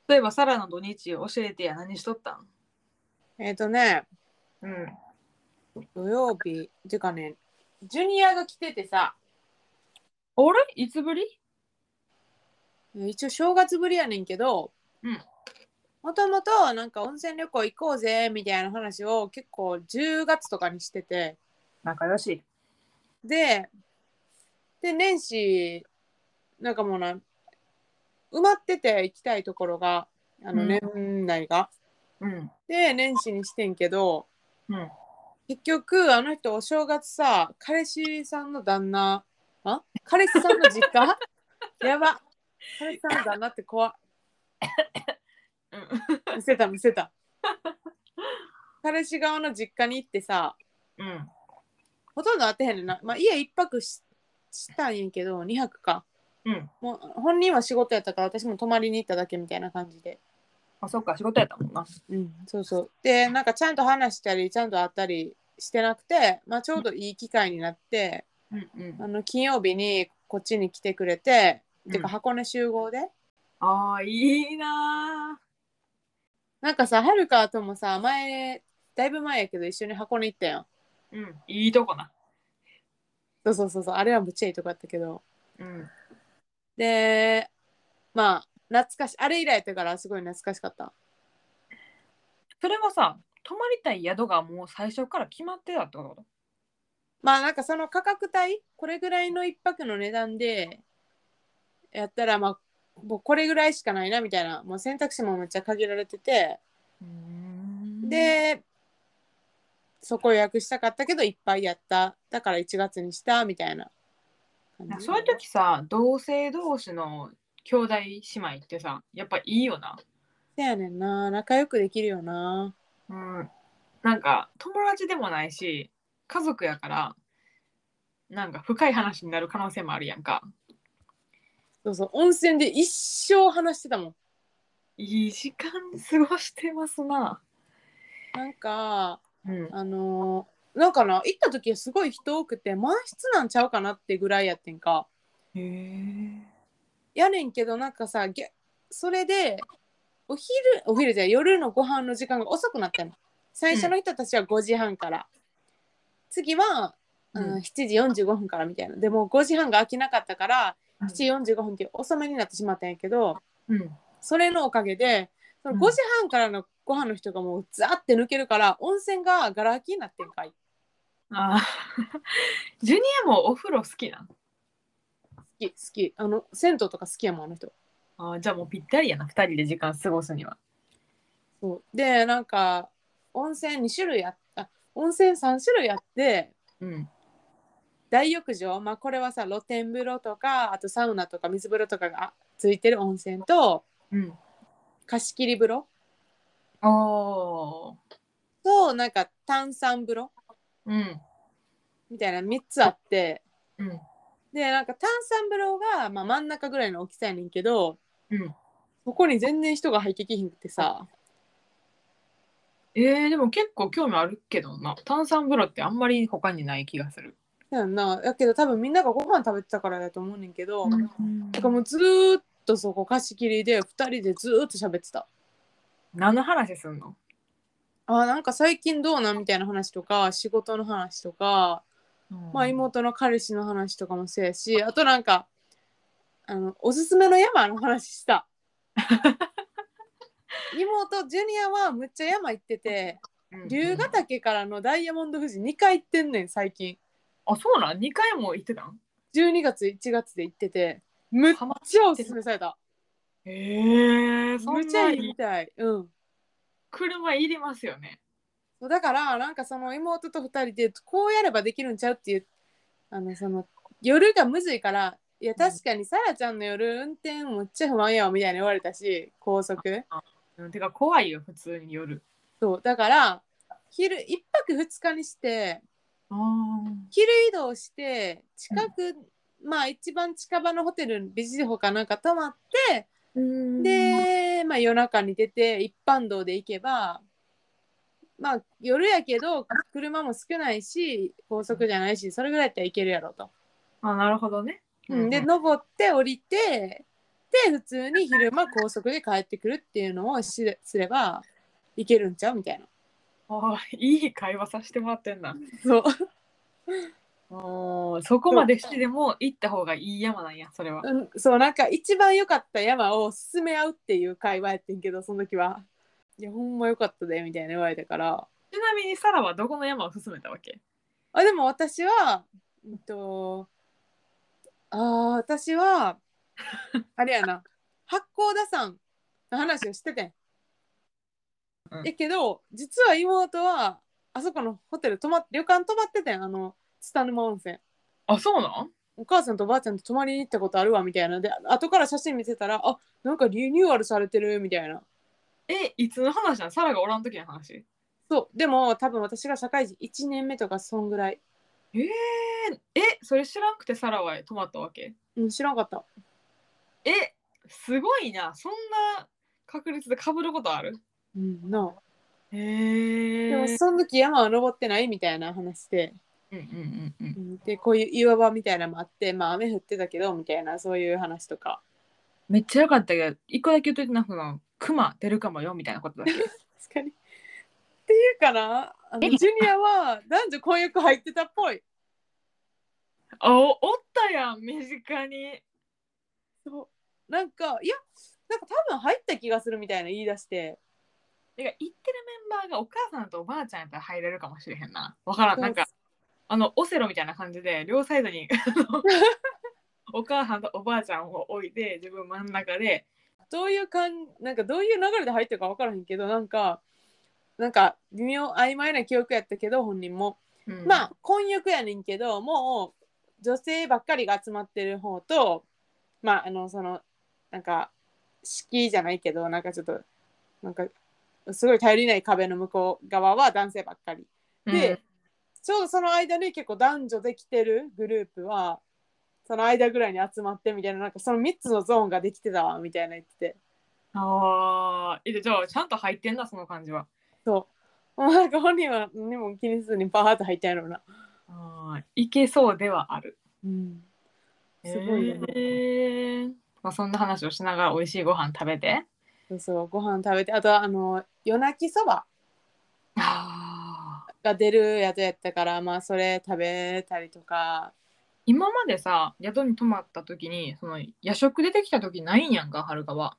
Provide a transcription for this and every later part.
例えばサラの土日教えてや。何しとったん？うん。 土曜日っていうかね、ジュニアが来ててさ、 あれいつぶり？ 一応正月ぶりやねんけど、 うん。 もともとなんか温泉旅行行こうぜみたいな話を結構10月とかにしてて、 仲良し。 で、年始、なんかもう埋まってて行きたいところが、 うん。 年内が。 うん。 で、年始にしてんけど、 うん。 結局、あの人お正月さ、彼氏さんの旦那、彼氏さんの実家やば。彼氏さんの旦那って怖っ。 うん。 見せた。彼氏側の実家に行ってさ、 うん。 ほとんど会ってへんねんな。まあ、家一泊したんやけど、二泊か。 うん。 もう本人は仕事やったから私も泊まりに行っただけみたいな感じで。 あ、そっか、仕事やったもんな。 うん、そうそう。で、なんかちゃんと話したり、ちゃんと会ったりしてなくて、まあちょうどいい機会になって、 うんうん。 金曜日にこっちに来てくれて、てかうん。 箱根集合で。 ああ、いいななんかさ、はるかともさ、だいぶ前やけど一緒に箱根行ったやん。 ー。うん。いいとこな。 そう。あれはむっちゃいいとこやったけど。 うん。 で、まあ、懐かしい。あれ以来やったからすごい懐かしかった。 それはさ、泊まりたい宿がもう最初から決まってたってこと？ まあなんかその価格帯、これぐらいの一泊の値段でやったら、まあ、もうこれぐらいしかないなみたいな、もう選択肢もめっちゃ限られてて、 うーん。 で、そこ予約したかったけどいっぱいやった。だから1月にしたみたいな感じ。 そういう時さ、同性同士の兄弟姉妹ってさ、やっぱいいよな。 せやねんな。仲良くできるよな。 うん。なんか、友達でもないし、家族やから、なんか深い話になる可能性もあるやんか。 そうそう。温泉で一生話してたもん。 いい時間過ごしてますな。 なんか、 うん。 なんかな、行った時はすごい人多くて、満室なんちゃうかなってぐらいやってんか。 へえ。 やねんけど、なんかさ、それで、お昼じゃ夜のご飯の時間が遅くなったの。最初うん。 の人たちは5時半から。次は、 うん。 7時45分からみたいな。でも5時半が空きなかったから、7時うん。 45分っていう遅めになってしまったんやけど、 うん。 それのおかげで、そのうん。 5時半からのご飯の人がもうザーって抜けるから、温泉がガラ空きになってんかい。 ああ。ジュニアもお風呂好きなん？ 好き。銭湯とか好きやもん、あの人。 ああ、じゃあもうぴったりやな、二人で時間過ごすには。 そう。で、なんか、温泉2種類温泉3種類あって、 うん。 大浴場、まあこれはさ、露天風呂とか、あとサウナとか水風呂とかがついてる温泉と、 うん。 貸し切り風呂ああ。 と、なんか炭酸風呂うん。 みたいな3つあって、 うん。 で、なんか炭酸風呂が、まあ、真ん中ぐらいの大きさやねんけど、 うん。 そこに全然人が入ってきひんくてさ、 でも結構興味あるけどな。炭酸風呂ってあんまり他にない気がする。 やんな。だけど多分みんながご飯食べてたからだと思うねんけど、 うん。 だからもうずーっとそこ貸し切りで2人でずーっと喋ってた。 何の話すんの？ なんか最近どうなんみたいな話とか、仕事の話とか、 うん。 まあ妹の彼氏の話とかもそうやし、あとなんか、おすすめの山の話した。妹、ジュニアはむっちゃ山行ってて、 うんうん。 龍ヶ岳からのダイヤモンド富士2回行ってんねん、最近。 あ、そうなん？ 2 回も行ってたん？ 12月、1月で行ってて、むっハマっちゃおすてる。 すめされた。 そむちゃいいんないい。 みたい。うん。 車いりますよね。 だから、なんかその妹と2人でこうやればできるんちゃうっていう、夜がむずいから、いや、 うん。 確かにさらちゃんの夜運転むっちゃ不安やわみたいに言われたし、高速。 あ、うん、てか怖いよ、普通に夜。 そう、だから、1泊2日にして、 ああ。 昼移動して、まあ一番近場のホテル、ビジホかなんか泊まって、 うん。 で、まあ夜中に出て、一般道で行けば、まあ夜やけど、車も少ないし、高速じゃないし、それぐらいやったらいけるやろと。 あ、なるほどね。うんうん、で、 うん。 登って降りて、 て普通に昼間高速で帰ってくるっていうのをすればいけるんちゃうみたいな。 いい会話させてもらってんな。 そうそこまでしてでも行った方がいい山なんや、それは。 そうなんか一番良かった山を進め合うっていう会話やってんけど、その時はいやほんま良かったでみたいな言われたから。 ちなみにサラはどこの山を進めたわけ？ でも私は私はあれやな、八甲田山の話をしててん。 うんけど実は妹はあそこのホテル旅館泊まっててん、津田沼温泉。 あ、そうなん？ お母さんとおばあちゃんと泊まりに行ったことあるわみたいなで、後から写真見せたらなんかリニューアルされてるみたいな。 いつの話なん？サラがおらん時の話？ そうでも多分私が社会人1年目とかそんぐらい。 それ知らんくてサラは泊まったわけ？ 知らんかった。 すごいな。そんな確率で被ることある？ なへでもえ。 その時山は登ってないみたいな話で、でこういう岩場みたいなのもあって、まあ雨降ってたけどみたいな、そういう話とか。 めっちゃ良かったけど、一個だけ言っといてな、クマ出るかもよみたいなことだけ。 確かにっていうかな、ジュニアは男女混浴入ってたっぽい。 おったやん、身近に。 そうなんかなんか多分入った気がするみたいな言い出して。 行ってるメンバーがお母さんとおばあちゃんやったら入れるかもしれへんな。わからん。なんか、オセロみたいな感じで、両サイドにお母さんとおばあちゃんを置いて、自分真ん中で。 なんかどういう流れで入ってるか分からへんけど、なんか微妙曖昧な記憶やったけど本人も、まあ混浴やねんけど、もう女性ばっかりが集まってる方と、まあそのなんか敷居じゃないけど、なんかちょっとなんかすごい頼りない壁の向こう側は男性ばっかりで、ちょうどその間に結構男女できてるグループはその間ぐらいに集まってみたいな、なんかその3つのゾーンができてたわみたいな言ってて。 じゃあちゃんと入ってんな、その感じは。 そうもうなんか本人は何も気にせずにバーッと入ったんやろうな。 いけそうではある。 すごいよね。 そんな話をしながら美味しいご飯食べて。 そうご飯食べて、あと夜泣きそばが出るやつやったから、まあそれ食べたりとか。 今までさ、宿に泊まった時に夜食出てきた時ないんやんか、はるかは。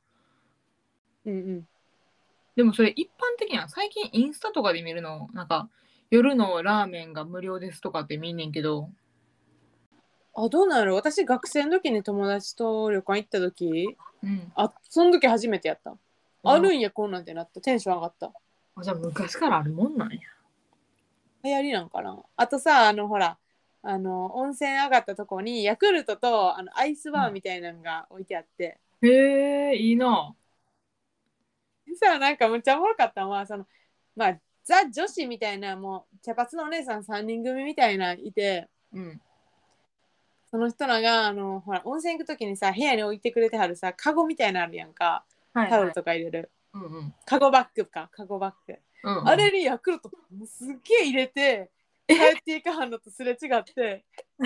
でもそれ一般的やん。最近インスタとかで見るの、なんか夜のラーメンが無料ですとかって見んねんけど。 どうなる？私学生の時に友達と旅館行った時、その時初めてやった。あるんやこんなんてなった。テンション上がった。 じゃあ昔からあるもんなんや。 流行りなんかな。あとさ、ほら温泉上がったとこにヤクルトとアイスバーみたいなのが置いてあって、 へえ、いいな。 さ、なんかむっちゃおもろかったのは、まあザ女子みたいな、もう茶髪のお姉さん3人組みたいないて、その人らがほら温泉行く時にさ、部屋に置いてくれてはるさカゴみたいなのあるやんか、タオルとか入れる、カゴバッグか、カゴバッグ、あれにヤクルトすっげえ入れて帰っていかはんのとすれ違って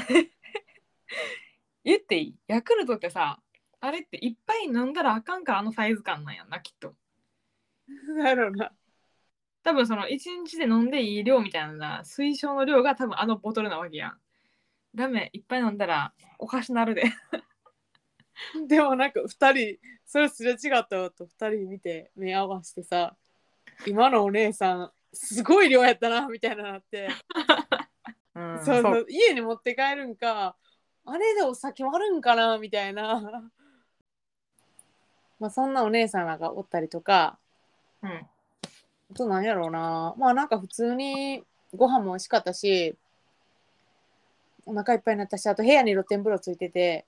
言っていい？ヤクルトってさ、あれっていっぱい飲んだらあかんからサイズ感なんやんな、きっと。 なるほどな。 多分1日で飲んでいい量みたいな推奨の量が多分ボトルなわけやん。ダメ、いっぱい飲んだらおかしなるで。 でもなんか2人それすれ違ったわと2人見て目合わせてさ、今のお姉さんすごい量やったなみたいななってそう家に持って帰るんか、あれでお酒割るんかなみたいなまあそんなお姉さんらがおったりとか、あとなんやろうな、まあなんか普通にご飯も美味しかったし、お腹いっぱいになったし、あと部屋に露天風呂ついてて。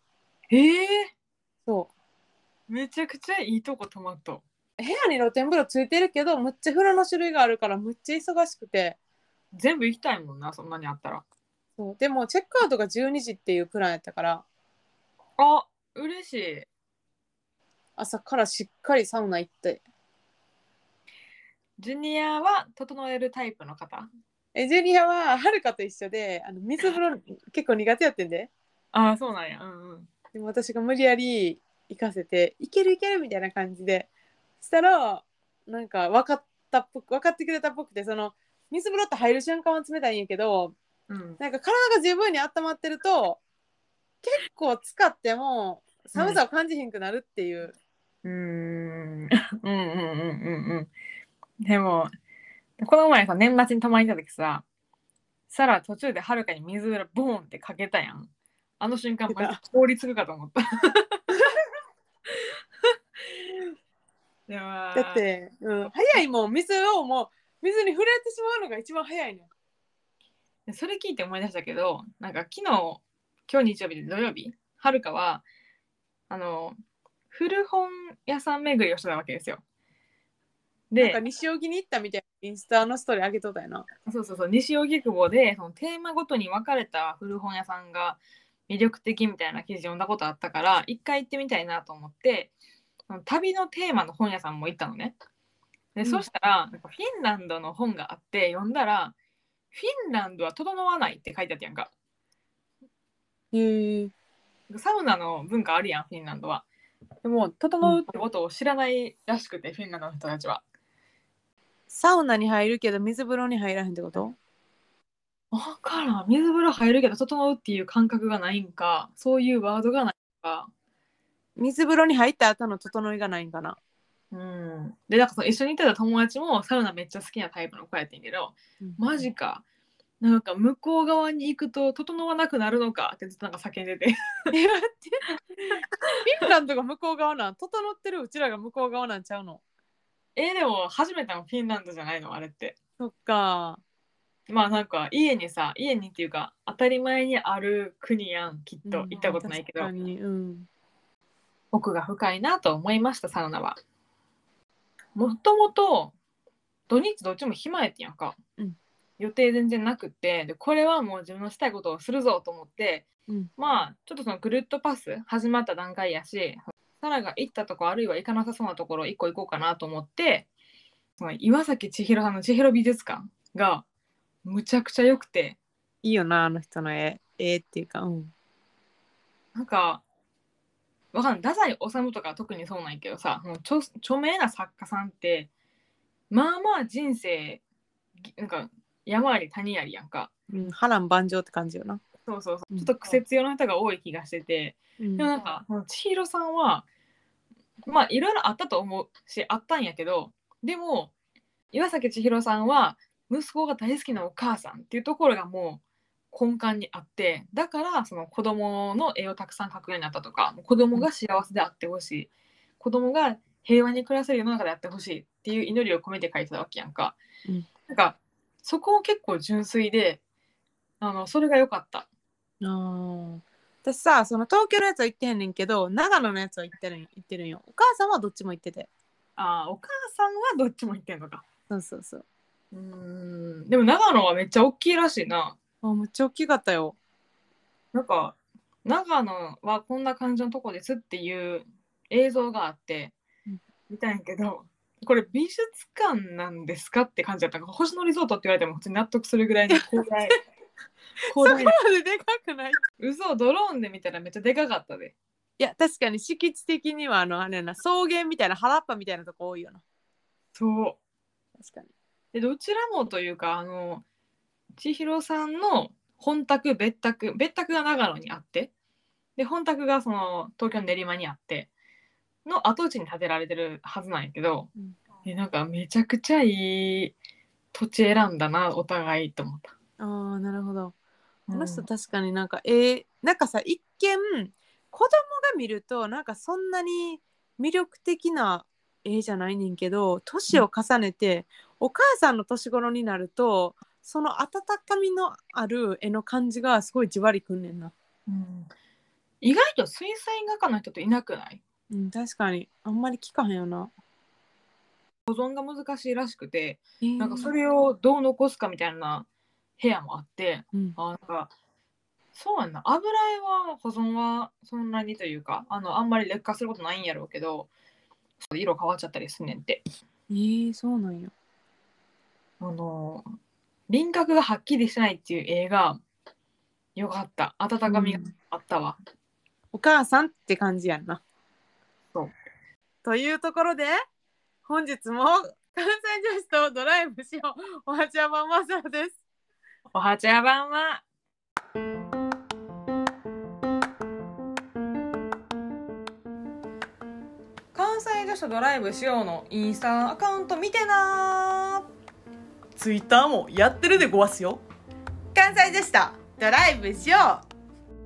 そうめちゃくちゃいいとこ泊まった。 部屋に露天風呂ついてるけどむっちゃ風呂の種類があるからむっちゃ忙しくて、 全部行きたいもんな、そんなにあったら。 そうでもチェックアウトが12時っていうプランやったから、 嬉しい。 朝からしっかりサウナ行って。 ジュニアは整えるタイプの方？ ジュニアははるかと一緒で水風呂結構苦手やってんで。 そうなんや。 でも私が無理やり行かせていけるいけるみたいな感じでしたらなんか分かってくれたっぽくて、その水風呂って入る瞬間は冷たいんやけど、 うん。 なんか体が十分に温まってると結構使っても寒さを感じひんくなるっていう。 うん。うんうんうんうん。でも、この前さ、年末に泊まりに行った時さ、サラ途中ではるかに水風呂ボーンってかけたやん。あの瞬間、マジで凍りつくかと思った。でだっも、 て、早いもん、水をもう水に触れてしまうのが一番早いねそれ聞いて思い出したけど、なんか昨日、今日日曜日で土曜日、はるかは、あの、古本屋さん巡りをしてたわけですよ。 なんかで、 西荻に行ったみたいなインスタのストーリー上げとったよな。 そうそうそう、西荻窪でそのテーマごとに分かれた古本屋さんが魅力的みたいな記事読んだことあったから、一回行ってみたいなと思って、その旅のテーマの本屋さんも行ったのね。で、そしたら、なんかフィンランドの本があって、読んだら、フィンランドは整わないって書いてあったやんか。 へえ。 サウナの文化あるやん、フィンランドは。でも、整うってことを知らないらしくて、フィンランドの人たちは。 サウナに入るけど水風呂に入らへんってこと？ わからん。水風呂入るけど、整うっていう感覚がないんか、そういうワードがないんか。 水風呂に入った後の整いがないんかな。 うん。で、なんかその一緒に行ってた友達もサウナめっちゃ好きなタイプの子やってんけど、マジか。なんか向こう側に行くと整わなくなるのかってずっとなんか叫んでて。 え、待って。フィンランドが向こう側なん？整ってるうちらが向こう側なんちゃうの？ でも初めてのフィンランドじゃないのあれって。 そっか。 まあなんか家にっていうか当たり前にある国やん、きっと。行ったことないけど。 確かに。 奥が深いなと思いました、サウナは。もともと土日どっちも暇やってんやんか。 うん。 予定全然なくって、でこれはもう自分のしたいことをするぞと思って、 うん。 まあちょっとそのぐるっとパス始まった段階やし、サラが行ったとこあるいは行かなさそうなところ1個行こうかなと思って、その岩崎千尋さんの千尋美術館がむちゃくちゃ良くて、 いいよな、あの人の絵。っていうか、 なんかわかんない、太宰治とか特にそうなんやけどさ、もう著名な作家さんってまあまあ人生なんか山あり谷ありやんか。 波乱万丈って感じよな。 そうそうそう、ちょっと癖強の人が多い気がしてて、 うん。 でもなんか千尋さんはまあいろいろあったと思うしあったんやけど、でも岩崎千尋さんは息子が大好きなお母さんっていうところがもう根幹にあって、だからその子供の絵をたくさん描くようになったとか、子供が幸せであってほしい、子供が平和に暮らせる世の中であってほしいっていう祈りを込めて描いてたわけやんか。 うん。 なんかそこを結構純粋で、それが良かった。 私さ、その東京のやつは行ってへんねんけど、長野のやつは行ってるんよ。お母さんはどっちも行ってて。 お母さんはどっちも行ってんのか。 そうそうそう。 でも長野はめっちゃ大きいらしいな。 めっちゃ大きかったよ。 なんか長野はこんな感じのとこですっていう映像があって見たんやけど、これ美術館なんですかって感じだったから、星野リゾートって言われても普通に納得するぐらいの広大そこ広大な。 まででかくない。 嘘、ドローンで見たらめっちゃでかかったで。 いや、確かに敷地的にはあれな、草原みたいな原っぱみたいなとこ多いよな。 そう確かに。 で、どちらもというか千尋さんの本宅別宅が長野にあって、で本宅がその東京の練馬にあっての跡地に建てられてるはずなんやけど、なんかめちゃくちゃいい土地選んだなお互いと思った。 なるほど。この人うん、 確かになんか、なんかさ、一見子供が見るとなんかそんなに魅力的な絵じゃないねんけど、年を重ねてお母さんの年頃になるとその温かみのある絵の感じがすごいじわりくんねんな。 うん、意外と水彩画家の人っていなくない？ 確かにあんまり聞かへんよな。 保存が難しいらしくて、なんかそれをどう残すかみたいな部屋もあって、なんかそうやんな、油絵は保存はそんなにというか、あんまり劣化することないんやろうけど、色変わっちゃったりすんねんって。 そうなんや。 あの輪郭がはっきりしてないっていう映画よかった。温かみがあったわ。 お母さんって感じやんな。 そうというところで本日も関西女子とドライブしよう。おはちゃばまさです。 おはちゃばんは。関西女子とドライブしようのインスタアカウント見てなー。 ツイッターもやってるでごわすよ。関西女子とドライブしよう。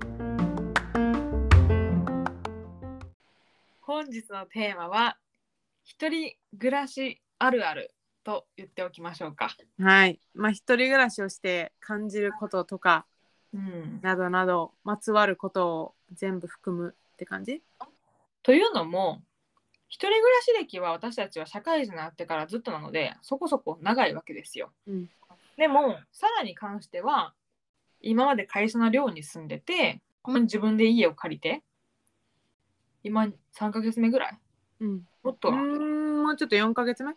本日のテーマは一人暮らしあるあると言っておきましょうか。 はい。一人暮らしをして感じることとか、などなどまつわることを全部含むって感じ。 というのも一人暮らし歴は私たちは社会人になってからずっとなのでそこそこ長いわけですよ。でもさらに関しては今まで会社の寮に住んでて自分で家を借りて今3ヶ月目ぐらい、もっともうちょっと4ヶ月目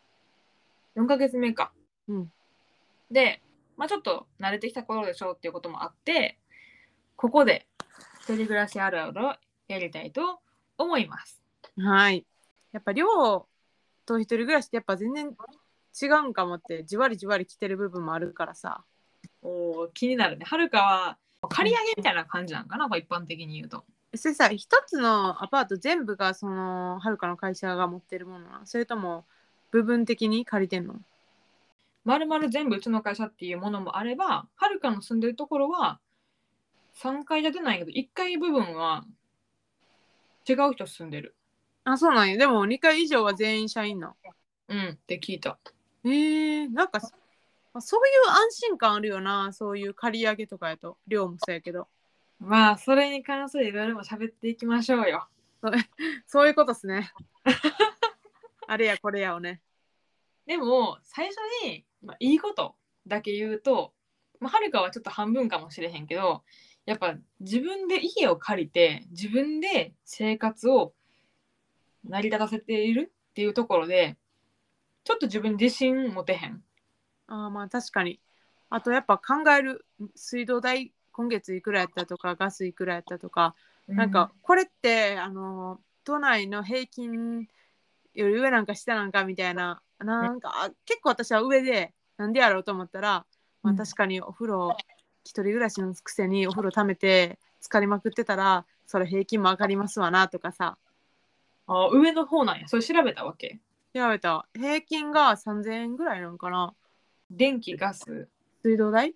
4ヶ月目か、で、ちょっと慣れてきた頃でしょうっていうこともあってここで一人暮らしあるあるをやりたいと思います。 はい。やっぱ寮と一人暮らしってやっぱ全然違うんかもってじわりじわり来てる部分もあるからさ。 気になるね。はるかは借り上げみたいな感じなんかな、一般的に言うと。 それさ、一つのアパート全部がそのはるかの会社が持ってるものな、それとも部分的に借りてんの？ 丸々全部うちの会社っていうものもあれば、はるかの住んでるところは3階建てないけど1階部分は違う人住んでる。 あ、そうなんや。でも2階以上は全員社員な。 って聞いた。 なんかそういう安心感あるよな。そういう借り上げとかやと。寮もそうやけど。 それに関するいろいろも喋っていきましょうよ。 そういうことっすね。あれやこれやをね。 でも最初に、いいことだけ言うと、はるかはちょっと半分かもしれへんけど、やっぱ自分で家を借りて自分で生活を成り立たせているっていうところでちょっと自分に自信持てへん。 確かに。あとやっぱ考える。水道代今月いくらやったとか、ガスいくらやったとか、なんかこれって都内の平均より上なんか下なんかみたいな、なんか結構私は上でなんでやろうと思ったら、確かにお風呂一人暮らしのくせにお風呂溜めて浸かりまくってたらそれ平均も上がりますわなとかさ。 上の方なんや。それ調べたわけ？ 調べた。平均が3000円ぐらいなんかな。 電気ガス水道代。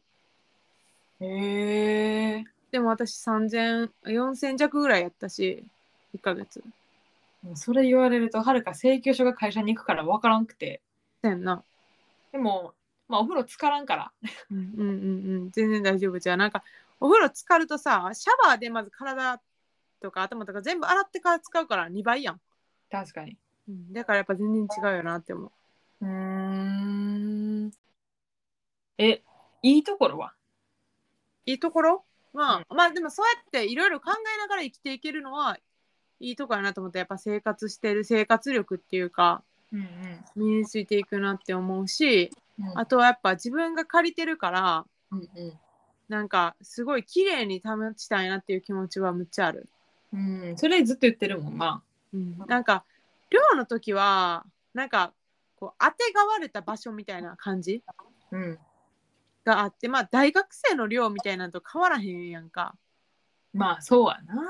へえ。 でも私3000、4000弱ぐらいやったし、1ヶ月。 それ言われるとはるか請求書が会社に行くから分からんくて。 せんな。 でもお風呂浸からんから。 全然大丈夫じゃん。なんかお風呂浸かるとさ、シャワーでまず体とか頭とか全部洗ってから使うから2倍やん。 確かに。 だからやっぱ全然違うよなって思う。 いいところは？ いいところ、でもそうやっていろいろ考えながら生きていけるのはいいところやなと思って、やっぱ生活してる生活力っていうか、身についていくなって思うし、あとはやっぱ自分が借りてるから、なんかすごい綺麗に保ちたいなっていう気持ちはむっちゃある。 それずっと言ってるもんな。 なんか寮の時はなんかこう当てがわれた場所みたいな感じ、があって、大学生の寮みたいなのと変わらへんやんか。 そうやな。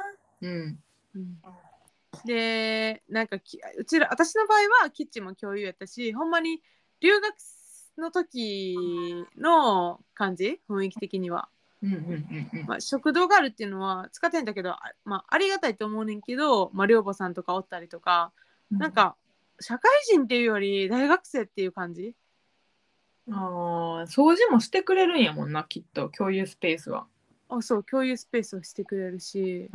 でなんか私の場合はキッチンも共有やったし、ほんまに留学の時の感じ、雰囲気的には。食堂があるっていうのは使ってんだけど、ありがたいと思うねんけど、寮母さんとかおったりとか、なんか社会人っていうより大学生っていう感じ。 掃除もしてくれるんやもんな、きっと共有スペースは。 そう、共有スペースをしてくれるし、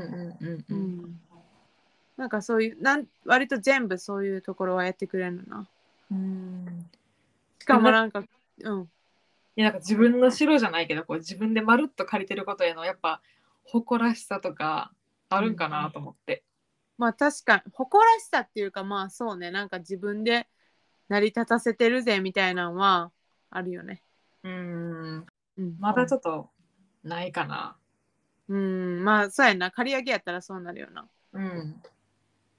なんかそういう割と全部そういうところはやってくれるな。しかもなんかなんか自分の城じゃないけど自分でまるっと借りてることへのやっぱ誇らしさとかあるんかなと思って。 確かに誇らしさっていうか、そうね、なんか自分で成り立たせてるぜみたいなのはあるよね。 まだちょっとないかな。 そうやな、借り上げやったらそうなるよな。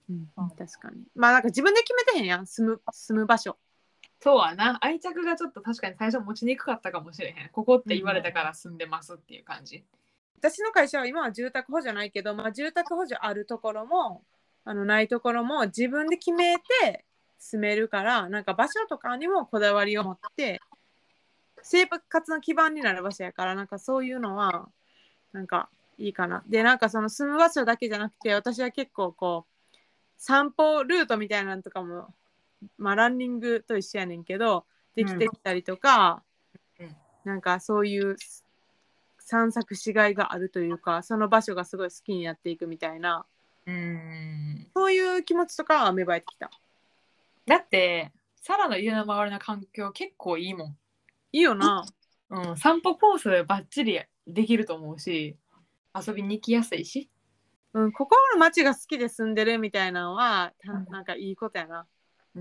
うん、確かに。まあなんか自分で決めてへんやん、住む場所。 そうはな、愛着がちょっと確かに最初持ちにくかったかもしれへん。ここって言われたから住んでますっていう感じ。 私の会社は今は住宅補助ないけど、まあ、住宅補助あるところもないところも自分で決めて住めるから、なんか場所とかにもこだわりを持って生活の基盤になる場所やから、なんかそういうのはなんかいいかな。でなんかその住む場所だけじゃなくて、私は結構こう散歩ルートみたいなのとかも、まあランニングと一緒やねんけどできてきたりとか、 うん、 なんかそういう散策しがいがあるというか、その場所がすごい好きになっていくみたいな、そういう気持ちとかは芽生えてきた。 だってサラの家の周りの環境結構いいもん。 いいよな。 うん、散歩コースバッチリできると思うし、遊びに行きやすいし。 うん、ここの街が好きで住んでるみたいなのはなんかいいことやな。 うん、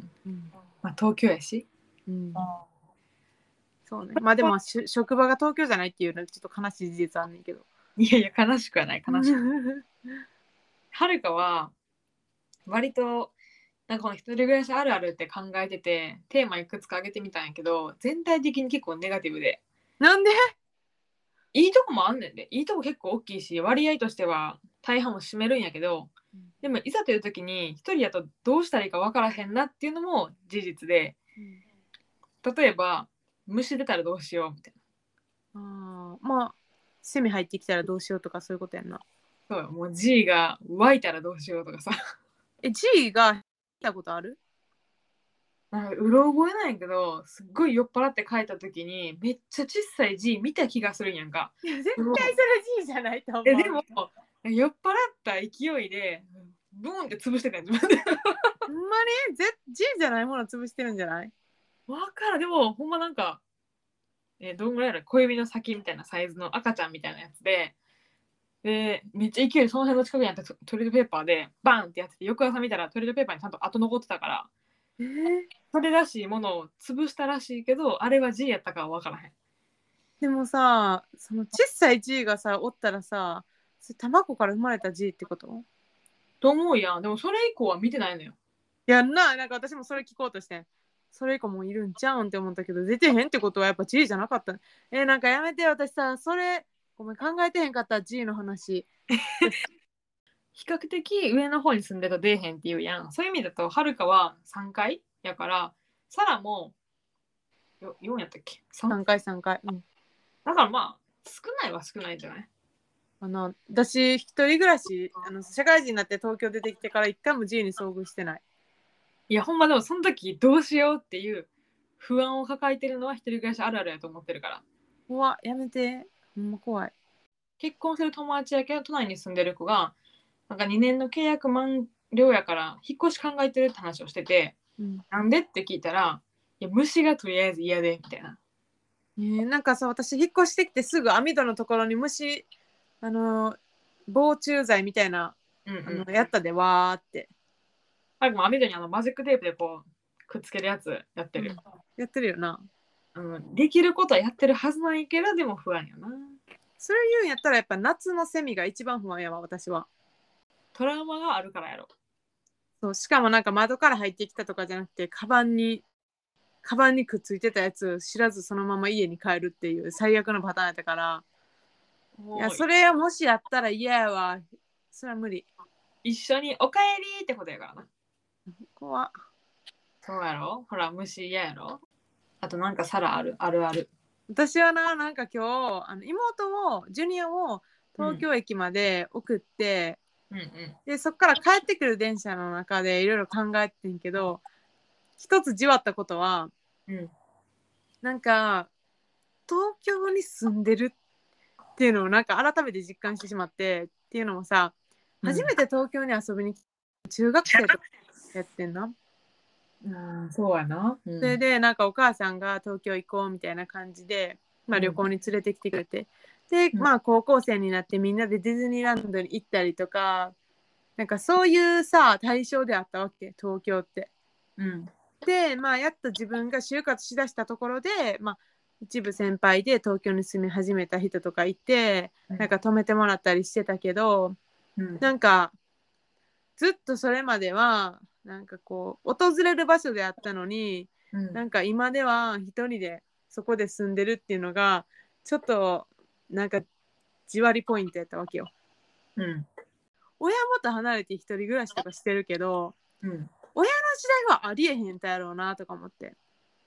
うん、 まあ東京やし。 うん、そうね。まあでも職場が東京じゃないっていうのはちょっと悲しい事実あんねんけど。 いやいや悲しくはない悲しくない。はるかは割となんかこの一人暮らしあるあるって考えててテーマいくつか挙げてみたんやけど、全体的に結構ネガティブで、 なんで？ いいとこもあんねんで、いいとこ結構大きいし割合としては大半を占めるんやけど、でもいざという時に一人やとどうしたらいいか分からへんなっていうのも事実で、例えば虫出たらどうしようみたいあまあセミ入ってきたらどうしようとかそういうことやんな。 な。そうよ、もう G が湧いたらどうしようとかさ。 G が来たことある？ なんかうろ覚えなんやけど、すっごい酔っ払って帰った時にめっちゃ小さい G 見た気がするんやんか。 いや絶対それ G じゃないと思う。 でも酔っ払った勢いでブーンって潰してたん自分で。 ほんまにG じゃないもの潰してるんじゃない？ わからん、でもほんまなんか、どんぐらいやろ、小指の先みたいなサイズの赤ちゃんみたいなやつで、めっちゃ勢いでその辺の近くにあったトイレットペーパーでバンってやってて、翌朝見たらトイレットペーパーにちゃんと跡残ってたから、それらしいものを潰したらしいけど、あれは G やったかは分からへん。 でもさ、その小さい G がさおったらさ、それ卵から生まれた G ってこと？ と思うやん。でもそれ以降は見てないのよ。 やんな。なんか私もそれ聞こうとしてん。それ以降もいるんちゃうんって思ったけど、出てへんってことはやっぱ G じゃなかった。なんかやめてよ、私さ、それごめん、考えてへんかった G の話。 比較的上の方に住んでたら出えへんっていうやん。そういう意味だと、はるかは3階やから、サラも4やったっけ？ 3？ 3回3回。 だからまあ、少ないは少ないんじゃない？ 私一人暮らし社会人になって東京出てきてから一回も G に遭遇してない。 いや、ほんまでもその時どうしようっていう不安を抱えてるのは一人暮らしあるあるやと思ってるから。 怖っ、やめて。ほんま怖い。 結婚する友達やけど都内に住んでる子が、なんか2年の契約満了やから引っ越し考えてるって話をしてて、なんでって聞いたら、いや虫がとりあえず嫌でみたいな。 なんかさ、私引っ越してきてすぐ網戸のところに虫防虫剤みたいな、やったでわーって。 あれも網戸にマジックテープでこうくっつけるやつやってる。 やってるよな。 できることはやってるはずなんやけど、でも不安やな。 それ言うんやったらやっぱ夏のセミが一番不安やわ、私は。 トラウマがあるからやろ。 そう、しかもなんか窓から入ってきたとかじゃなくて、カバンにくっついてたやつ知らずそのまま家に帰るっていう最悪のパターンやったから、いやそれはもしやったら嫌やわ。それは無理。 一緒におかえりってことやからな。 怖っ。 そうやろ、ほら虫嫌やろ。あとなんかサラあるあるある。 私はなんか今日妹をジュニアを東京駅まで送って、でそっから帰ってくる電車の中でいろいろ考えてんけど、一つじわったことは、なんか東京に住んでるっていうのをなんか改めて実感してしまって、っていうのもさ、初めて東京に遊びに来た中学生とかやってんな。 そうやな。 それでなんかお母さんが東京行こうみたいな感じで、旅行に連れてきてくれて、で高校生になってみんなでディズニーランドに行ったりとか、なんかそういうさ対象であったわけ、東京って。でやっと自分が就活しだしたところで、一部先輩で東京に住み始めた人とかいて、なんか泊めてもらったりしてたけど、なんかずっとそれまではなんかこう訪れる場所であったのに、なんか今では一人でそこで住んでるっていうのがちょっとなんかじわりポイントやったわけよ。 うん。 親元離れて一人暮らしとかしてるけど、 うん。 親の時代はありえへんとやろうなとか思って。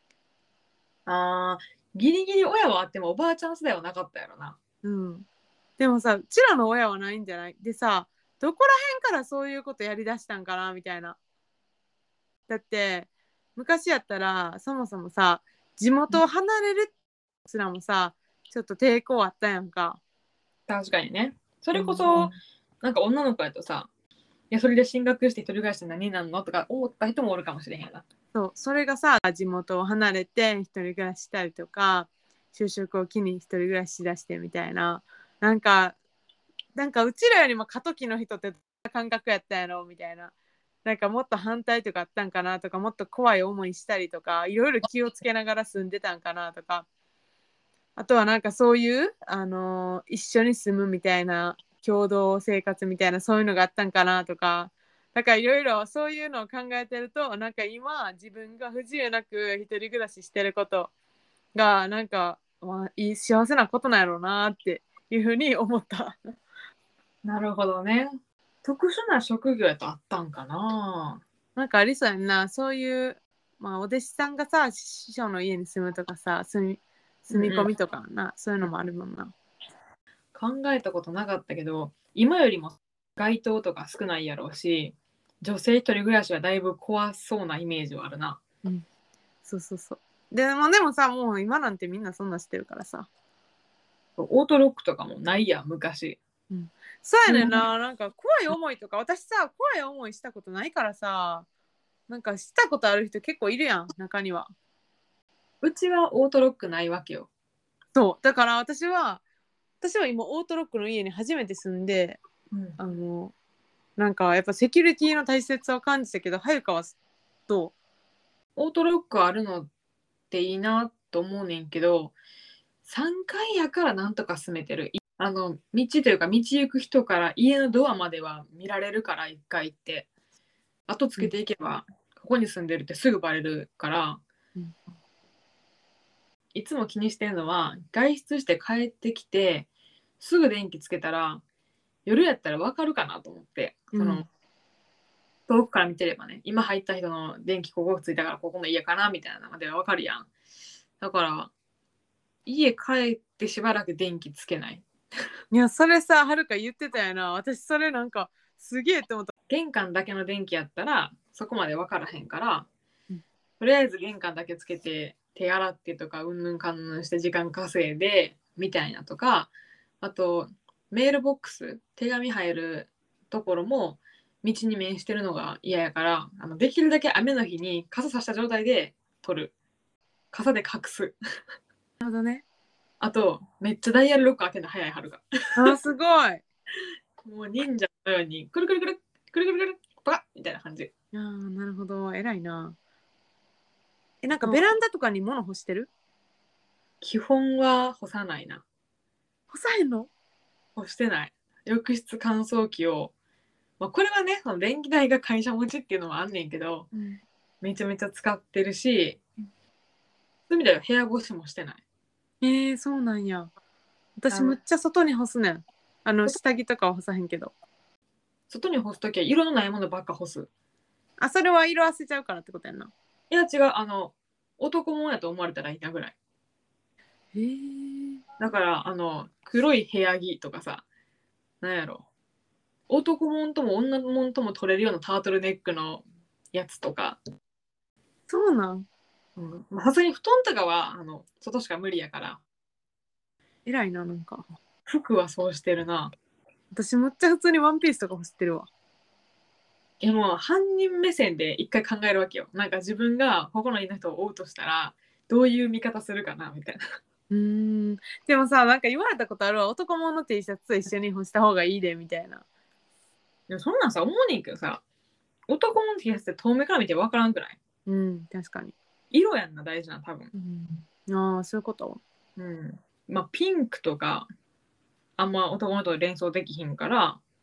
ああ、ギリギリ親はあってもおばあちゃん世代はなかったやろな。 うん。でもさ、うちらの親はないんじゃないでさ、どこら辺からそういうことやりだしたんかなみたいな。だって昔やったらそもそもさ、地元を離れるすらもさ、ちょっと抵抗あったやんか。 確かにね。それこうそ、なんか女の子やとさ、いや、それで進学して一人暮らしで何になるのとか思った人もおるかもしれへんな。 そう、それがさ、地元を離れて一人暮らししたりとか、就職を機に一人暮らししだしてみたいな、なんか、なんかうちらよりも過渡期の人ってどんな感覚やったんやろみたいな。なんかもっと反対とかあったんかなとか、もっと怖い思いしたりとか、いろいろ気をつけながら住んでたんかなとか、あとはなんかそういう、一緒に住むみたいな共同生活みたいなそういうのがあったんかなとか、だからいろいろそういうのを考えてると、なんか今自分が不自由なく一人暮らししてることがなんか、まあ、いい幸せなことなんやろうなっていうふうに思った。 なるほどね。特殊な職業やとあったんかな。 なんかありそうやんな、そういう、まあお弟子さんがさ、師匠の家に住むとかさ、住み込みとかな、そういうのもあるもんな。 考えたことなかったけど、今よりも街灯とか少ないやろうし、女性一人暮らしはだいぶ怖そうなイメージはあるな。 うん、そうそうそう。でもさ、もう今なんてみんなそんなしてるからさ。 オートロックとかもないやん、昔。 うん、そうやねんな。なんか怖い思いとか、私さ、怖い思いしたことないからさ、なんかしたことある人結構いるやん、中には。 うちはオートロックないわけよ。 そう。だから私は今オートロックの家に初めて住んで、 うん、 あの、なんかやっぱセキュリティの大切さを感じたけど、はるかはどオートロックあるのっていいなと思うねんけど、3階やからなんとか住めてる。道というか道行く人から家のドアまでは見られるから1階って。後つう？ けていけば、ここに住んでるってすぐバレるから、 うん。 いつも気にしてるのは、外出して帰ってきて、すぐ電気つけたら、夜やったらわかるかなと思って、 うん。 遠くから見てればね、今入った人の電気ここついたからここの家かなみたいなのまでわかるやん。だから、家帰ってしばらく電気つけない。 いや、それさ、はるか言ってたよな。私それなんかすげえって思った。 玄関だけの電気やったら、そこまでわからへんから、 うん。 とりあえず玄関だけつけて、手洗ってとか、うんぬんかんぬんして時間稼いで、みたいなとか、あと、メールボックス、手紙入るところも、道に面してるのが嫌やから、できるだけ雨の日に傘さした状態で取る。傘で隠す。 なるほどね。 あと、めっちゃダイヤルロック開けるの早いはるが。 あ、すごい。 もう忍者のように、くるくるくる、くるくるくる、パカッみたいな感じ。 あー、なるほど。偉いな。なんかベランダとかに物干してる？ 基本は干さないな。 干さへんの？ 干してない。浴室乾燥機を、これはね、その電気代が会社持ちっていうのもあんねんけど、 うん。 めちゃめちゃ使ってるし、そういう意味では部屋干しもしてない。 そうなんや。私あのむっちゃ外に干すねん。下着とかは干さへんけど。 外に干すときは色のないものばっか干す。 あ、それは色あせちゃうからってことやんな。 いや違う、男物やと思われたらいいなぐらい。 へえ。 だから、黒い部屋着とかさ、なんやろ。男物とも女物とも取れるようなタートルネックのやつとか、 そうなん？ さすがに布団とかは、外しか無理やから、 偉いな、なんか。 服はそうしてるな。 私むっちゃ普通にワンピースとか干してるわ。 でも犯人目線で一回考えるわけよ。なんか自分がここの家の人を追うとしたらどういう見方するかなみたいな。 うーん。でもさ、なんか言われたことあるわ。男物の T シャツと一緒に干した方がいいで、みたいな。 でもそんなんさ思うねんけどさ、男の T シャツって遠目から見て分からんくない？ うん、確かに。 色やんな大事な多分。 うん。ああ、そういうこと。 うん。ピンクとかあんま男の人と連想できひんから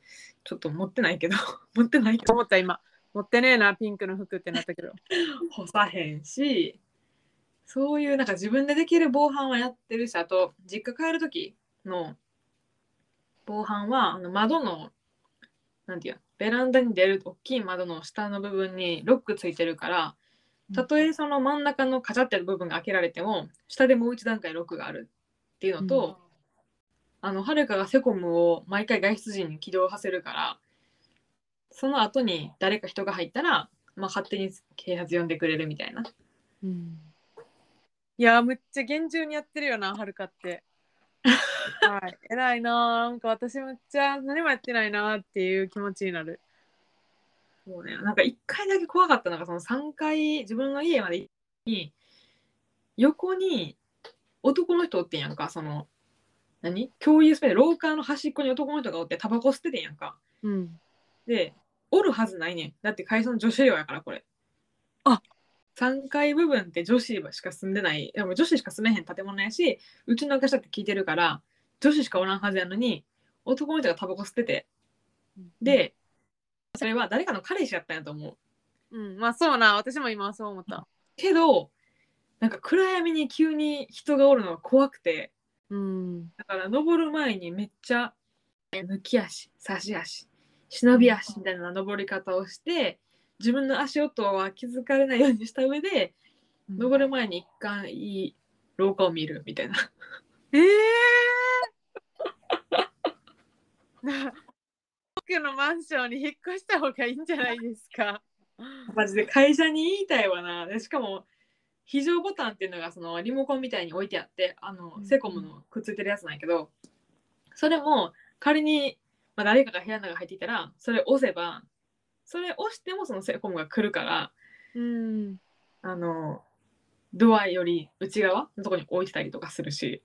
ちょっと持ってないけど持ってないけど思った今。持ってねえな、ピンクの服ってなったけど。 干さへんし、そういうなんか自分でできる防犯はやってるし、あと実家帰る時の防犯は窓のなんていうベランダに出る大きい窓の下の部分にロックついてるから、たとえその真ん中のカチャってる部分が開けられても下でもう一段階ロックがあるっていうのと、はるかがセコムを毎回外出時に起動させるから、その後に誰か人が入ったら、まあ、勝手に警察呼んでくれるみたいな。 うん、いやむっちゃ厳重にやってるよな、はるかって。はい、偉いな。なんか私めっちゃ何もやってないなっていう気持ちになる。 もうね、なんか1回だけ怖かったのが、その3階自分の家まで行に横に男の人おってんやんか。その共有スペース、廊下の端っこに男の人がおってタバコ吸っててんやんか。 うん。 でおるはずないねん。だって会社の女子寮やからこれ。 あ、 3階部分って女子しか住んでない、でも女子しか住めへん建物やし、うちの会社って聞いてるから女子しかおらんはずやのに、男の人がタバコ吸ってて、でそれは誰かの彼氏やったんやと思う。 うん、まあそうな、私も今はそう思った。 けどなんか暗闇に急に人がおるのが怖くて、 うん。 だから登る前にめっちゃ抜き足、差し足、忍び足みたいな登り方をして、自分の足音は気づかれないようにした上で、登る前に一回いい廊下を見るみたいな。 ええー、僕のマンションに引っ越した方がいいんじゃないですか。 マジで会社に言いたいわな。でしかも非常ボタンっていうのがそのリモコンみたいに置いてあって、セコムのくっついてるやつなんやけど、それも仮に、まあ、誰かが部屋の中入ってきたらそれ押せば、それ押してもそのセコムが来るから、 うん。 あのドアより内側のところに置いてたりとかするし、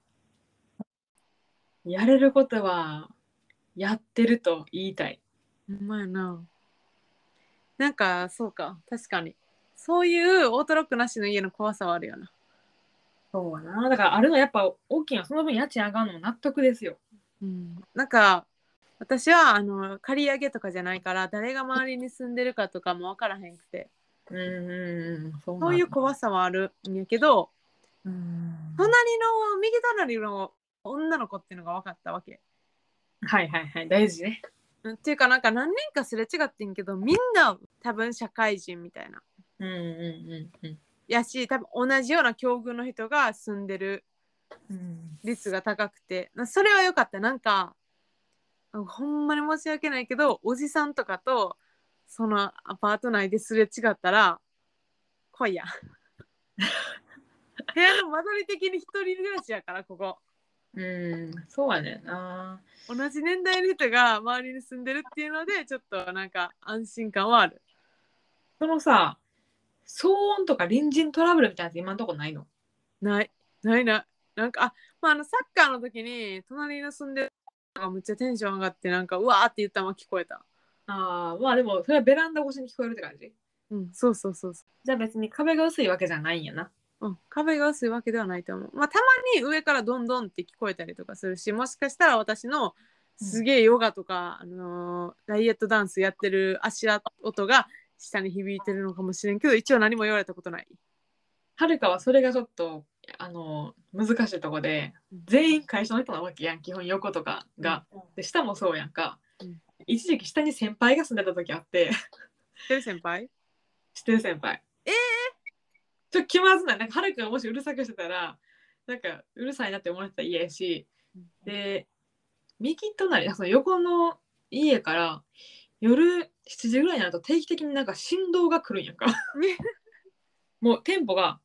やれることはやってると言いたい。 ほんまやな。なんかそうか、確かにそういうオートロックなしの家の怖さはあるよな。 そうな。だからあるのやっぱ大きいの、その分家賃上がるのも納得ですよ。 うん、なんか私は借り上げとかじゃないから誰が周りに住んでるかとかも分からへんくて、そういう怖さはあるんやけど、隣の右隣の女の子っていうのが分かったわけ。 はいはいはい、大事ね。 っていうかなんか何年かすれ違ってんけど、みんな多分社会人みたいな。やし、多分同じような境遇の人が住んでる率が高くて、それは良かった。なんかほんまに申し訳ないけど、おじさんとかとそのアパート内ですれ違ったら怖いやん。部屋の間取り的に一人暮らしやから、ここ。 そうやねんな。 同じ年代の人が周りに住んでるっていうので、ちょっとなんか安心感はある。 そのさ、騒音とか隣人トラブルみたいなやつ今のとこないの？ ない。ないない。なんか、まあ、サッカーの時に隣の住んでるのがむっちゃテンション上がって、なんかうわーって言ったのが聞こえた。 ああ、まあでもそれはベランダ越しに聞こえるって感じ？ うん、そうそうそうそじゃあ別に壁が薄いわけじゃないんやな。 う。うん、壁が薄いわけではないと思う。まあ、たまに上からどんどんって聞こえたりとかするし、もしかしたら私のすげえヨガとか、ダイエットダンスやってる足音が下に響いてるのかもしれんけど、一応何も言われたことない。 はるかはそれがちょっと難しいとこで、全員会社の人なわけやん、基本横とかが。で下もそうやんか。一時期下に先輩が住んでた時あって。 知ってる先輩？ 知ってる先輩。ちょっと気まずない。なんかはるかがもしうるさくしてたら、なんかうるさいなって思ってたら嫌やし、で右隣、その横の家から夜7時ぐらいになると定期的になんか振動が来るんやんか。もうテンポが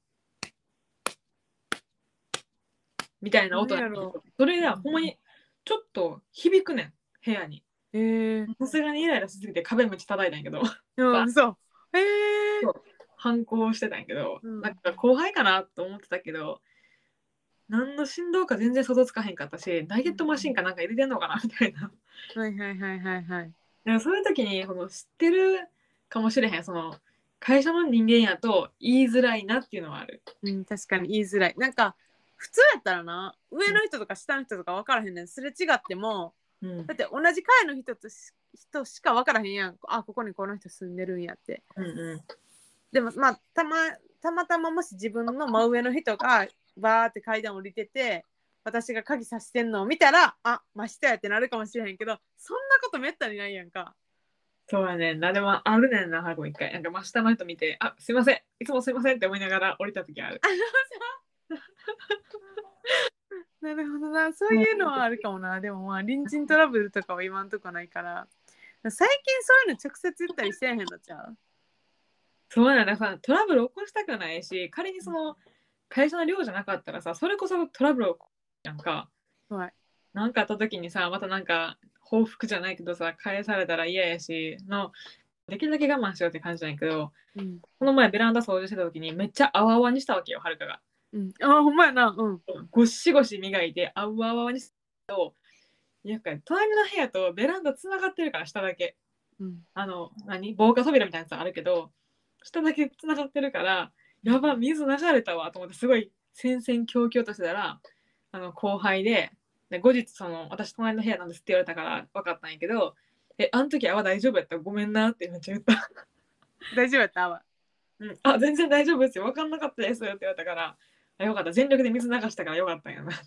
みたいな音なんやけど、それがほんまにちょっと響くねん、部屋に。さすがにイライラしすぎて壁めっちゃ叩いたんやけど、 そう反抗してたんやけど、なんか後輩かなと思ってたけど、何の振動か全然想像つかへんかったし、ダイエットマシンかなんか入れてんのかなみたいな。 はいはいはいはいはい。 だからそういう時にこの知ってるかもしれへん、その会社の人間やと言いづらいなっていうのはある。 確かに言いづらい。なんか普通やったら上の人とか下の人とか分からへんねん。すれ違っても、だって同じ階の人と人しか分からへんやん。あ、ここにこの人住んでるんやって。 うんうん。 でもまあたまたまもし自分の真上の人がバーって階段降りてて、私が鍵さしてんのを見たら、あ、真下やってなるかもしれへんけど、そんなことめったにないやんか。 そうやねんな。でもあるねんな、ハルコ一回。なんか真下の人見て、あ、すいません。いつもすいませんって思いながら降りた時ある。 なるほどな、そういうのはあるかもな。でもまあ隣人トラブルとかは今んとこないから、最近そういうの直接言ったりせえへんのちゃう？ そうなんださ、トラブル起こしたくないし、仮にその会社の寮じゃなかったらさ、それこそトラブルを起こすやんか。 はい。 なんかあった時にさ、またなんか報復じゃないけどさ、返されたら嫌やし、できるだけ我慢しようって感じなんやけど、 うん。 この前ベランダ掃除してた時にめっちゃあわあわにしたわけよ、はるかが。 うん。あ、ほんまやな。うん。 ゴシゴシ磨いてあわあわにしたと、やっぱり隣の部屋とベランダつながってるから下だけ。 うん。 防火扉みたいなやつあるけど、下だけつながってるから、やば、水流れたわと思って、すごい戦々恐々としてたら、後輩で後日私隣の部屋なんですって言われたから分かったんやけど、あの時泡大丈夫やったごめんなってめっちゃ言った。 大丈夫やったわ。 うん、あ、全然大丈夫ですよ。分かんなかったですよって言われたから、あ、よかった。全力で水流したからよかったんやなって。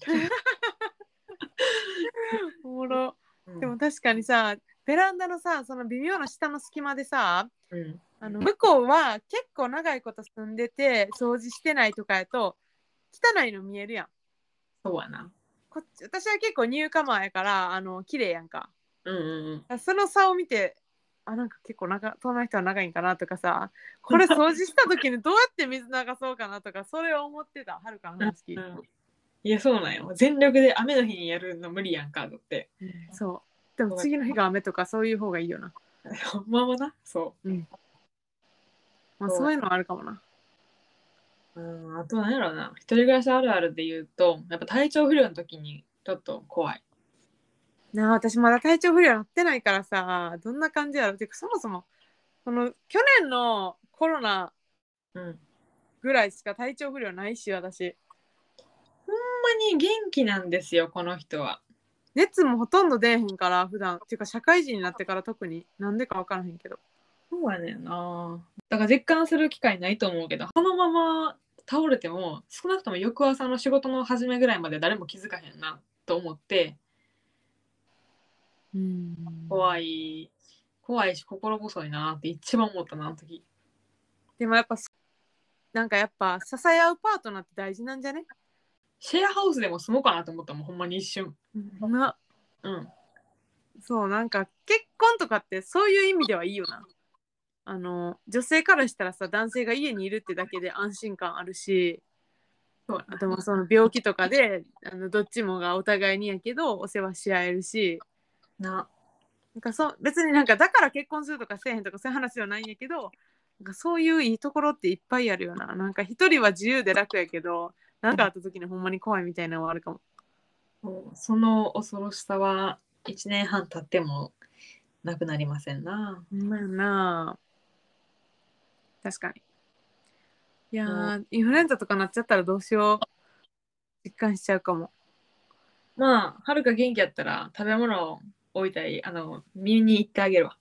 おもろ。 うん、 でも確かにさ、ベランダのさ、その微妙な下の隙間でさ、 うん、 向こうは結構長いこと住んでて掃除してないとかやと汚いの見えるやん。 そうやな。 私は結構ニューカマーやから綺麗やんか。 うんうんうん。 その差を見て、あ、なんか結構隣の人は長いんかなとかさ、これ掃除した時にどうやって水流そうかなとか、それを思ってた。はるかの話聞いて。 うん、いや、そうなんよ。全力で雨の日にやるの無理やんか、だって。 そう。でも次の日が雨とかそういう方がいいよな。 ほんまはな、そう。 うん。まあそうそういうのはあるかもな。 うん、あと何やろうな。一人暮らしあるあるで言うと、やっぱ体調不良の時にちょっと怖い。 なあ、私まだ体調不良なってないからさ、どんな感じやろ。てかそもそも、この去年のコロナうん。 ぐらいしか体調不良ないし、私。 ほんまに元気なんですよ、この人は。 熱もほとんど出えへんから、普段。ていうか社会人になってから特に。なんでかわからへんけど。 そうやねんな。だから実感する機会ないと思うけど、このまま倒れても、少なくとも翌朝の仕事の始めぐらいまで誰も気づかへんなと思って、 うん。 怖い、怖いし心細いなって一番思ったな、あの時。 でもやっぱ、なんかやっぱ支え合うパートナーって大事なんじゃね？ シェアハウスでも住もうかなと思ったもん、ほんまに一瞬。 な、 うん。 そう、なんか結婚とかってそういう意味ではいいよな。女性からしたらさ、男性が家にいるってだけで安心感あるし、 そうあとまあその病気とかでどっちもがお互いにやけどお世話し合えるし、 な。 なんか別になんかだから結婚するとかせえへんとかそういう話はないんやけど、なんかそういういいところっていっぱいあるよな。なんか一人は自由で楽やけど、なんかあった時にほんまに怖いみたいなのはあるかも。 その恐ろしさは1年半経ってもなくなりませんな。 ほんまやな。確かに。いやうん、 ー、インフルエンザとかなっちゃったらどうしよう。実感しちゃうかも。 まあ、はるか元気やったら食べ物を置いたり、見に行ってあげるわ。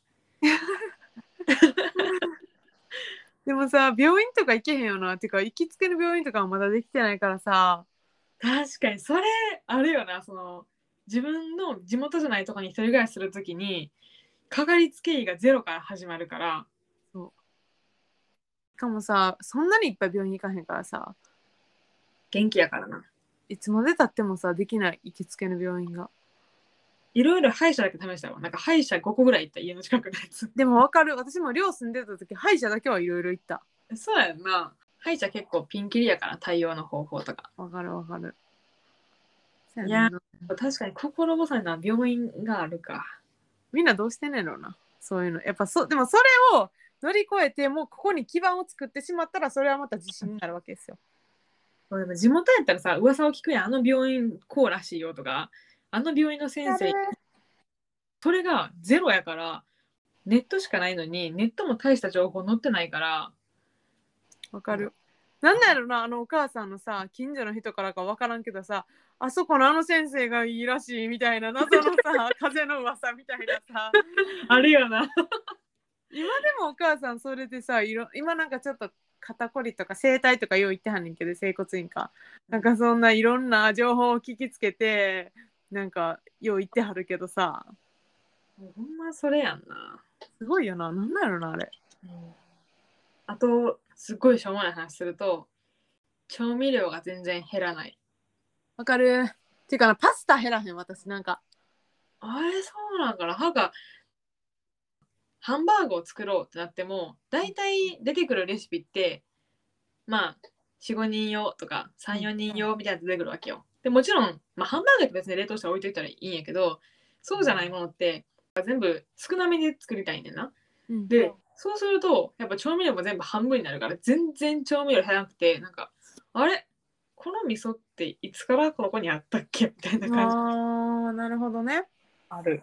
でもさ、病院とか行けへんよな。てか、行きつけの病院とかはまだできてないからさ。 確かに、それ、あるよな、自分の地元じゃないとこに一人暮らしするときに、かかりつけ医がゼロから始まるから、 そう。しかもさ、そんなにいっぱい病院行かへんからさ、 元気やからな。 いつまでたってもさ、できない行きつけの病院が。 いろいろ歯医者だけ試したわ。なんか歯医者5個ぐらい行った、家の近くのやつ。 でもわかる。私も寮住んでた時、歯医者だけはいろいろ行った。 そうやんな。歯医者結構ピンキリやから、対応の方法とか。 わかるわかる。そういや、 やねんな。 確かに心細いのは病院があるか。 みんなどうしてんねんろうな。そういうの。やっぱでもそれを乗り越えて、もうここに基盤を作ってしまったら、それはまた自信になるわけですよ。 でも地元やったらさ、噂を聞くやん。あの病院こうらしいよとか、あの病院の先生、それがゼロやから、ネットしかないのに、ネットも大した情報載ってないから、 わかる。 なんだろうな、お母さんのさ、近所の人からか分からんけどさ、あそこの先生がいいらしいみたいな謎のさ、風の噂みたいなさ。 あるよな。 今でもお母さんそれでさ、今なんかちょっと肩こりとか整体とかよう言ってはんねんけど、整骨院か。なんかそんないろんな情報を聞きつけて、なんかよう言ってはるけどさ、 もうほんまそれやんな。 すごいよな。なんだろうな、あれ。 あと、すっごいしょうもない話すると、調味料が全然減らない。 わかる。ていうかな、パスタ減らへん、私。なんか。 あれ、そうなんかな。なんか、ハンバーグを作ろうってなっても、大体出てくるレシピって、まあ、4、5人用とか、3、4人用みたいなの出てくるわけよ。でもちろん、まあ、ハンバーグって別に冷凍して置いといたらいいんやけど、そうじゃないものって、全部少なめで作りたいねんな。で、そうすると、やっぱ調味料も全部半分になるから、全然調味料減らなくて、なんか、あれこの味噌っていつからここにあったっけみたいな感じ。 ああ、なるほどね。 ある。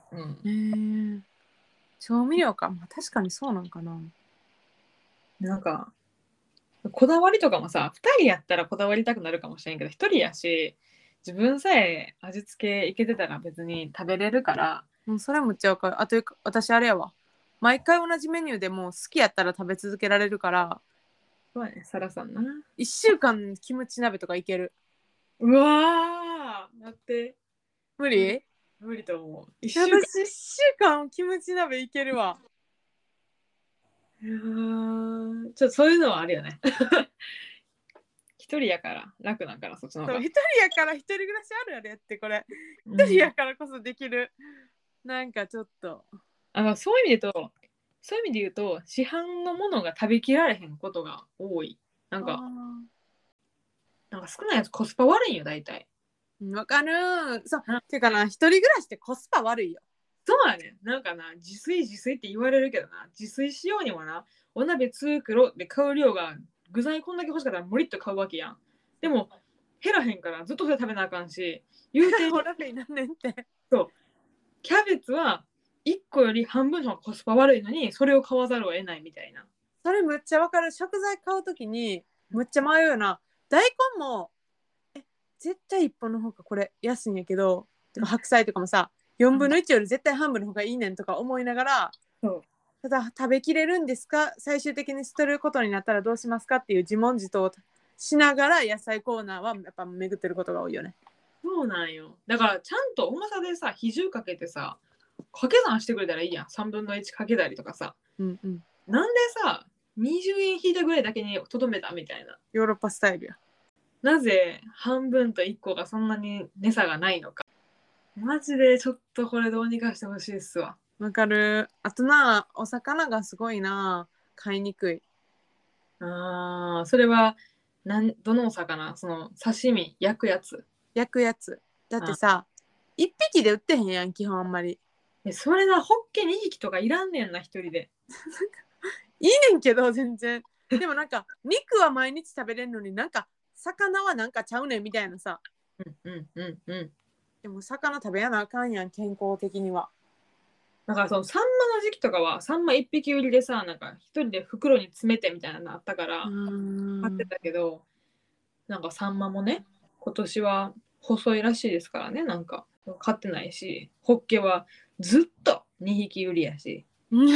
調味料か。まあ、確かにそうなんかな。 なんか、こだわりとかもさ、2人やったらこだわりたくなるかもしれんけど、1人やし、自分さえ味付けいけてたら別に食べれるから。 もうそれむっちゃわかる。あというか、私あれやわ。毎回同じメニューでも好きやったら食べ続けられるから、 そうやね、サラさんな。 1週間キムチ鍋とかいける。 うわー待って。 無理？ 無理と思う。1週間。 私1週間キムチ鍋いけるわ。 ちょっとそういうのはあるよね。一人やから楽なんかな、そっちの方が。 そう、一人やから一人暮らしあるあるやってこれ。一人やからこそできる。なんかちょっと。 そういう意味で言うと、そういう意味で言うと、市販のものが食べきられへんことが多い。なんか、少ないやつコスパ悪いんよ、大体。 わかる。そう。ていうかな、一人暮らしってコスパ悪いよ。 そうやねん。なんかな、自炊自炊って言われるけどな、自炊しようにもな、お鍋作ろうって買う量が、具材こんだけ欲しかったら無理っと買うわけやん。でも、減らへんからずっとそれ食べなあかんし、言うて、 お鍋になんねんって。 そう、キャベツは1個より半分の方がコスパ悪いのに、それを買わざるを得ないみたいな。 それむっちゃわかる。食材買うときにむっちゃ迷うよな。大根も絶対1本の方がこれ安いんやけど、てか白菜とかもさ、4分の1より絶対半分の方がいいねんとか思いながら、ただ食べきれるんですか、最終的に捨てることになったらどうしますかっていう自問自答をしながら野菜コーナーはやっぱ巡ってることが多いよね。 そうなんよ。だからちゃんと重さでさ、比重かけてさ、掛け算してくれたらいいやん。3分の1かけたりとかさ。 うんうん。 なんでさ、20円引いたぐらいだけにとどめたみたいな。 ヨーロッパスタイルや。 なぜ半分と1個がそんなに値差がないのか。マジでちょっとこれどうにかしてほしいっすわ。 わかる。あとな、お魚がすごいな、買いにくい。 それはどのお魚？その刺身焼くやつ。 焼くやつ。だってさ、1匹で売ってへんやん、基本あんまり。 それな、ホッケ2匹とかいらんねんな、一人で。 いいねんけど、全然。でもなんか、肉は毎日食べれるのになんか、魚はなんかちゃうねんみたいなさ。でも魚食べやなあかんやん、健康的には。 だからそのサンマの時期とかはサンマ1匹売りでさ、なんか一人で袋に詰めてみたいなのあったから買ってたけど、なんかサンマもね、今年は細いらしいですからね、なんか買ってないし、ホッケはずっと2匹売りやし、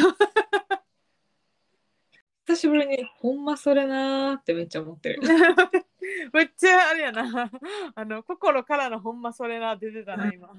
久しぶりにほんまそれなーってめっちゃ思ってる。 めっちゃあれやな。心からのほんまそれな出てたな、今。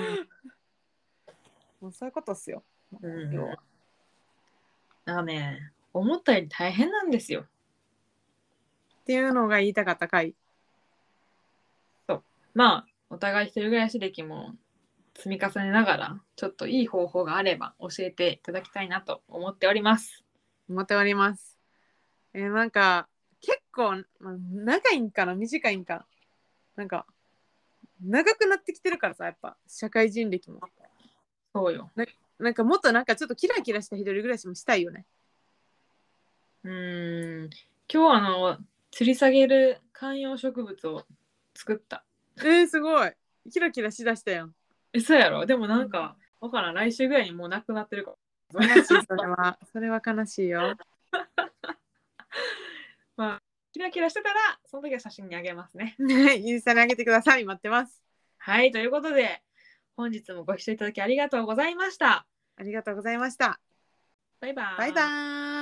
もうそういうことっすよ。要は。 だからね、思ったより大変なんですよ。 っていうのが言いたかった回。 そう。まあ、お互い一人暮らし歴も積み重ねながら、ちょっといい方法があれば教えていただきたいなと思っております。 思っております。なんか、結構、長いんかな、短いんかな。なんか、長くなってきてるからさ、やっぱ、社会人歴も。 そうよ。 なんかもっとなんかちょっとキラキラした一人暮らしもしたいよね。 今日吊り下げる観葉植物を作った。 すごい。キラキラしだしたやん。 そうやろ。でもなんか、わからん、来週ぐらいにもうなくなってるかも。 悲しい、それは。それは悲しいよ。 まあ、 キラキラしてたらその時は写真にあげますね。 インスタに上げてください。待ってます。 はい、ということで本日もご視聴いただきありがとうございました。 ありがとうございました。 バイバーイ。 バイバーイ。